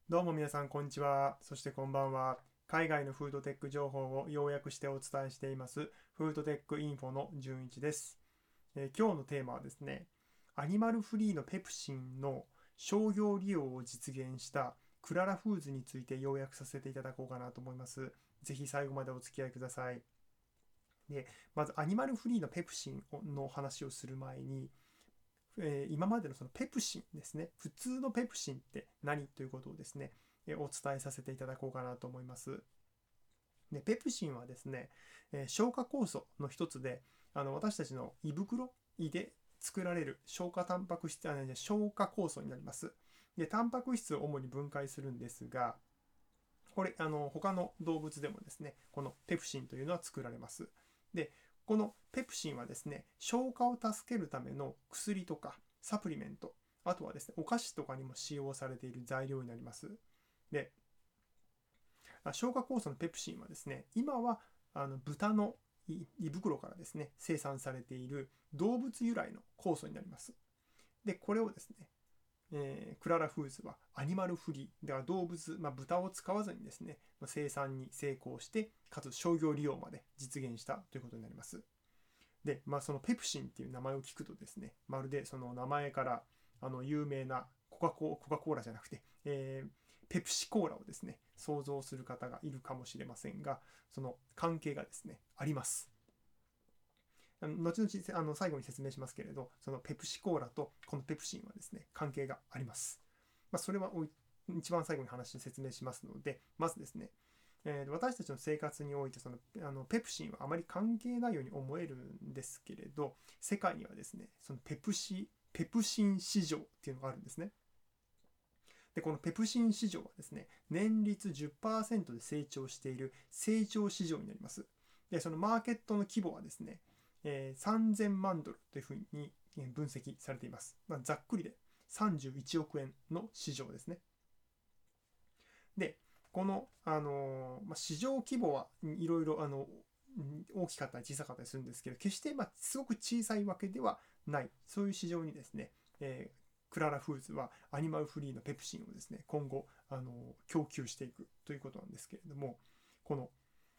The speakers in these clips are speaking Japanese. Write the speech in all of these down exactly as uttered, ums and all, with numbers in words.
どうも皆さん、こんにちは。そしてこんばんは。海外のフードテック情報を要約してお伝えしています、フードテックインフォの順一です。えー今日のテーマはですね、アニマルフリーのペプシンの商業利用を実現したクララフーズについて要約させていただこうかなと思います。ぜひ最後までお付き合いください。で、まずアニマルフリーのペプシンの話をする前に、えー今までのそのペプシンですね、普通のペプシンって何ということをですね、えーお伝えさせていただこうかなと思います。で、ペプシンはですね、えー消化酵素の一つで、あの私たちの胃袋胃で作られる消化タンパク質、あ消化酵素になります。で、タンパク質を主に分解するんですが、これ、あの他の動物でもですね、このペプシンというのは作られます。で、このペプシンはですね、消化を助けるための薬とかサプリメント、あとはですね、お菓子とかにも使用されている材料になります。で、消化酵素のペプシンはですね、今はあの豚の胃袋からですね、生産されている動物由来の酵素になります。で、これをですね、えークララフーズはアニマルフリー、では動物、まあ、豚を使わずにですね、生産に成功して、かつ商業利用まで実現したということになります。で、まあ、そのペプシンっていう名前を聞くとですね、まるでその名前からあの有名なコカココカ・コーラじゃなくて、えーペプシコーラをですね、想像する方がいるかもしれませんが、その関係がですね、あります。後々あの最後に説明しますけれど、そのペプシコーラとこのペプシンはですね、関係があります。まあ、それは一番最後に話して説明しますので、まずですね、えー私たちの生活においてそのあのペプシンはあまり関係ないように思えるんですけれど、世界にはですね、そのペプシペプシン市場っていうのがあるんですね。で、このペプシン市場はですね、年率じゅっパーセントで成長している成長市場になります。で、そのマーケットの規模はですね、えーさんぜんまんドルというふうに分析されています。まあ、ざっくりでさんじゅういちおくえんの市場ですね。で、この、あのまあ、市場規模はいろいろあの大きかったり小さかったりするんですけど、決してまあすごく小さいわけではない、そういう市場にですね、えークララフーズはアニマルフリーのペプシンをですね、今後、あの供給していくということなんですけれども、この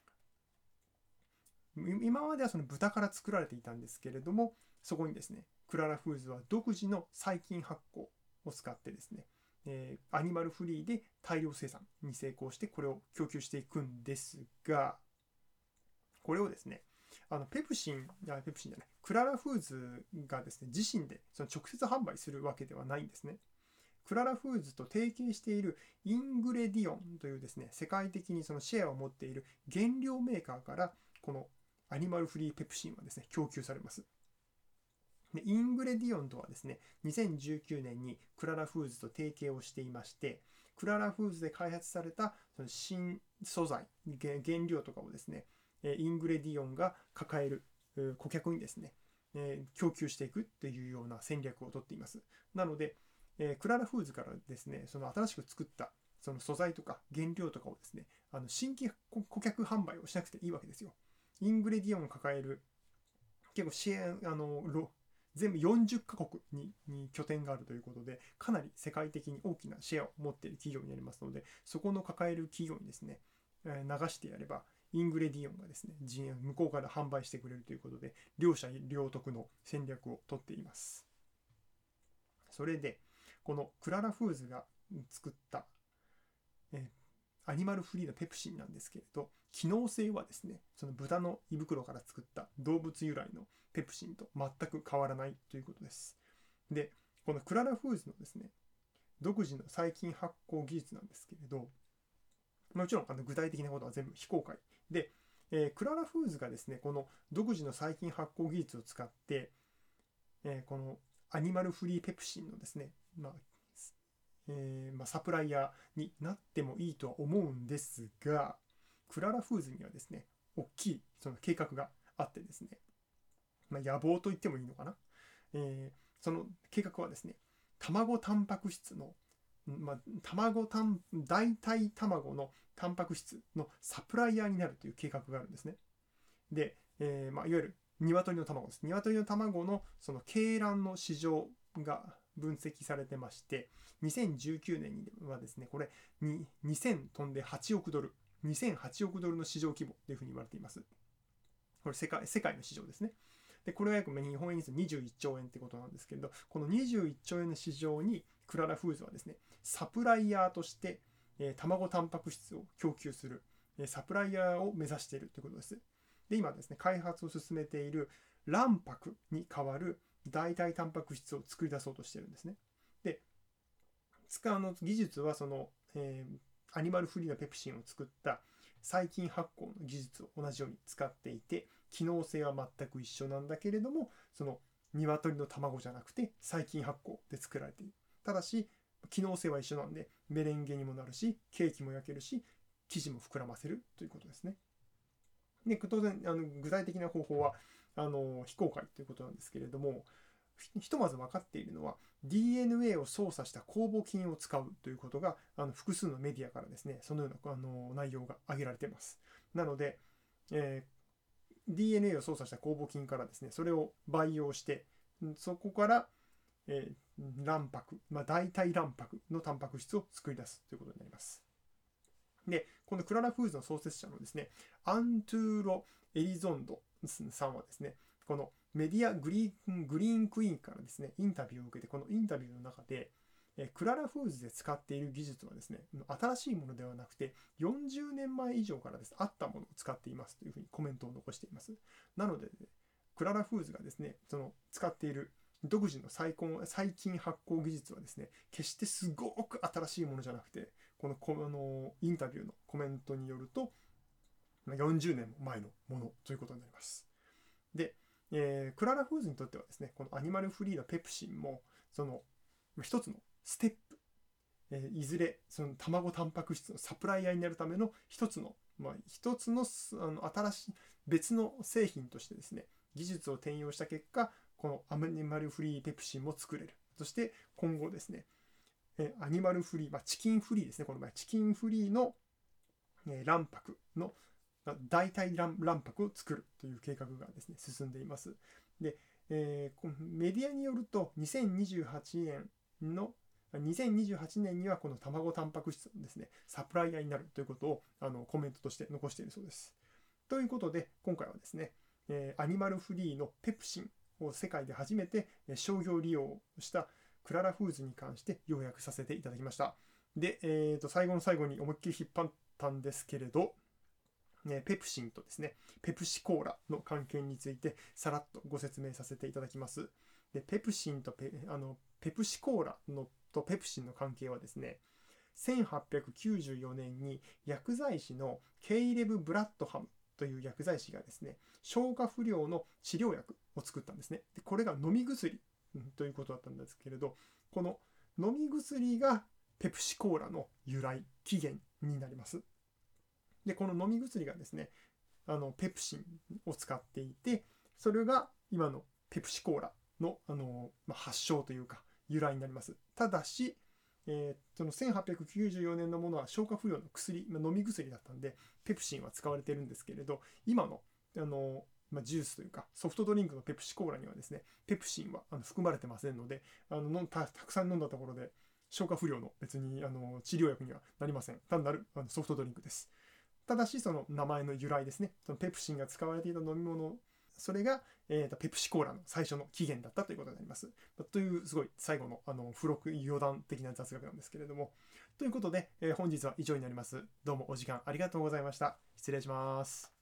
今まではその豚から作られていたんですけれども、そこにですね、クララフーズは独自の細菌発酵を使ってですね、えーアニマルフリーで大量生産に成功して、これを供給していくんですが、これをですね、あのペプシン、あペプシンじゃない、クララフーズがですね、自身でその直接販売するわけではないんですね。クララフーズと提携しているイングレディオンというですね、世界的にそのシェアを持っている原料メーカーから、このアニマルフリーペプシンはですね、供給されます。でイングレディオンとはですね、にせんじゅうきゅうねんにクララフーズと提携をしていまして、クララフーズで開発されたその新素材、原料とかをですね、イングレディオンが抱える顧客にですね、供給していくっていうような戦略をとっています。なので、クララフーズからですね、その新しく作ったその素材とか原料とかをですね、あの新規顧客販売をしなくていいわけですよ。イングレディオンを抱える結構支援、あの、全部よんじゅっカ国にに拠点があるということで、かなり世界的に大きなシェアを持っている企業になりますので、そこの抱える企業にですね、流してやれば、イングレディオンがですね、向こうから販売してくれるということで、両者両得の戦略をとっています。それで、このクララフーズが作った、えアニマルフリーのペプシンなんですけれど、機能性はですね、その豚の胃袋から作った動物由来のペプシンと全く変わらないということです。で、このクララフーズのですね、独自の細菌発酵技術なんですけれど、もちろんあの具体的なことは全部非公開で、えークララフーズがですね、この独自の細菌発酵技術を使って、えーこのアニマルフリーペプシンのですね、まあえーまあ、サプライヤーになってもいいとは思うんですが、クララフーズにはですね、大きいその計画があってですね、まあ、野望と言ってもいいのかな、えーその計画はですね、卵タンパク質の、まあ、卵タン代替卵のタンパク質のサプライヤーになるという計画があるんですね。で、えーまあ、いわゆる鶏の卵です。鶏の卵のその鶏卵の市場が分析されてまして、にせんじゅうきゅうねんにはですね、これににせん飛んではちおくドル、にせんはちおくドルの市場規模というふうに言われています。これ世界、世界の市場ですね。で、これは約日本円にするとにじゅういっちょうえんってことなんですけれど、このにじゅういっちょうえんの市場にクララフーズはですね、サプライヤーとして、えー、卵タンパク質を供給する、えー、サプライヤーを目指しているということです。で、今ですね、開発を進めている卵白に代わる代替タンパク質を作り出そうとしているんですね。で、使うの技術はその、えー、アニマルフリーのペプシンを作った細菌発酵の技術を同じように使っていて、機能性は全く一緒なんだけれども、その鶏の卵じゃなくて細菌発酵で作られている。ただし、機能性は一緒なんで、メレンゲにもなるし、ケーキも焼けるし、生地も膨らませるということですね。で、当然、あの具体的な方法はあの非公開ということなんですけれども、ひとまず分かっているのは ディーエヌエー を操作した酵母菌を使うということがあの複数のメディアからですね、そのようなあの内容が挙げられています。なので、えー、ディーエヌエー を操作した酵母菌からですね、それを培養して、そこから、えー、卵白、まあ、代替卵白のタンパク質を作り出すということになります。で、このクララフーズの創設者のですね、アントゥーロ・エリゾンドさんはですね、このメディアグリーン、グリーンクイーンからですね、インタビューを受けて、このインタビューの中で、えクララフーズで使っている技術はですね、新しいものではなくて、よんじゅうねんまえ以上からです、あったものを使っていますというふうにコメントを残しています。なので、クララフーズがですね、その使っている独自の細菌発酵技術はですね、決してすごく新しいものじゃなくて、このこのインタビューのコメントによると、よんじゅうねんまえのものということになります。で、えー、クララフーズにとってはですね、このアニマルフリーのペプシンも、その一つのステップ、えー、いずれその卵タンパク質のサプライヤーになるための一つの、まあ、一つの、あの新しい別の製品としてですね、技術を転用した結果、このアニマルフリーペプシンも作れる。そして今後ですね、えー、アニマルフリー、まあ、チキンフリーですね、この場合、チキンフリーの、えー、卵白の代替卵白を作るという計画がですね、進んでいます。で、えー、メディアによるとにせんにじゅうはちねんのにせんにじゅうはちねんにはこの卵タンパク質のですね、サプライヤーになるということをあのコメントとして残しているそうです。ということで、今回はですね、えー、アニマルフリーのペプシンを世界で初めて商業利用したクララフーズに関して要約させていただきました。で、えー、と最後の最後に思いっきり引っ張ったんですけれど、ペプシンとですね、ペプシコーラの関係についてさらっとご説明させていただきます。でペプシンと ペ, あのペプシコーラのとペプシンの関係はですね、せんはっぴゃくきゅうじゅうよねんに薬剤師のケイレブ・ブラッドハムという薬剤師がですね、消化不良の治療薬を作ったんですね。でこれが飲み薬ということだったんですけれど、この飲み薬がペプシコーラの由来、起源になります。でこの飲み薬がですね、あのペプシンを使っていて、それが今のペプシコーラの、あの、まあ、発祥というか由来になります。ただし、えー、そのせんはっぴゃくきゅうじゅうよねんのものは消化不良の薬、まあ、飲み薬だったんでペプシンは使われているんですけれど、今の、あのまあ、ジュースというかソフトドリンクのペプシコーラにはですね、ペプシンはあの含まれてませんので、あの た, たくさん飲んだところで消化不良の別にあの治療薬にはなりません。単なるあのソフトドリンクです。ただしその名前の由来ですね、そのペプシンが使われていた飲み物、それが、えー、とペプシコーラの最初の起源だったということになります。というすごい最後のあの付録余談的な雑学なんですけれども、ということで、えー、本日は以上になります。どうもお時間ありがとうございました。失礼します。